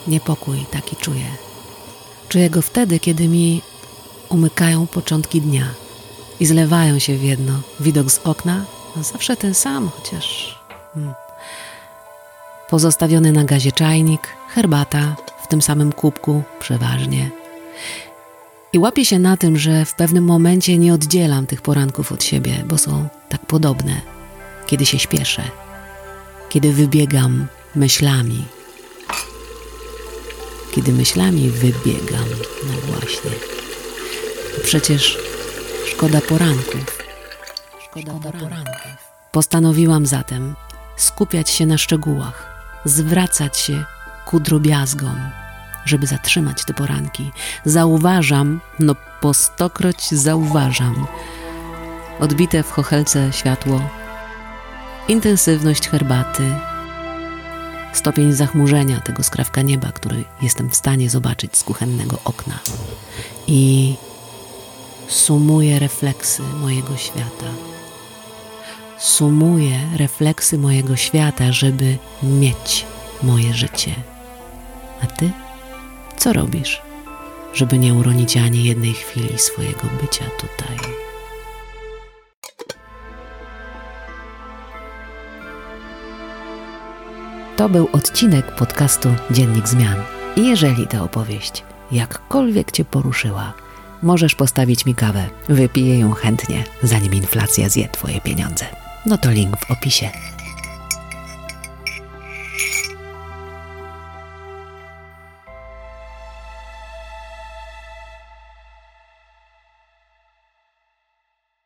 niepokój taki czuję. Czuję go wtedy, kiedy mi umykają początki dnia i zlewają się w jedno. Widok z okna, zawsze ten sam, chociaż... Pozostawiony na gazie czajnik, herbata w tym samym kubku przeważnie. I łapię się na tym, że w pewnym momencie nie oddzielam tych poranków od siebie, bo są tak podobne. Kiedy się śpieszę, kiedy wybiegam myślami. Kiedy myślami wybiegam, no właśnie. Przecież szkoda poranków. Szkoda poranków. Postanowiłam zatem skupiać się na szczegółach, zwracać się ku drobiazgom, żeby zatrzymać te poranki. Zauważam, no po stokroć zauważam, odbite w chochelce światło, intensywność herbaty, stopień zachmurzenia tego skrawka nieba, który jestem w stanie zobaczyć z kuchennego okna. I sumuję refleksy mojego świata. Sumuję refleksy mojego świata, żeby mieć moje życie. A ty? Co robisz, żeby nie uronić ani jednej chwili swojego bycia tutaj? To był odcinek podcastu Dziennik Zmian. I jeżeli ta opowieść jakkolwiek cię poruszyła, możesz postawić mi kawę. Wypiję ją chętnie, zanim inflacja zje twoje pieniądze. No to link w opisie.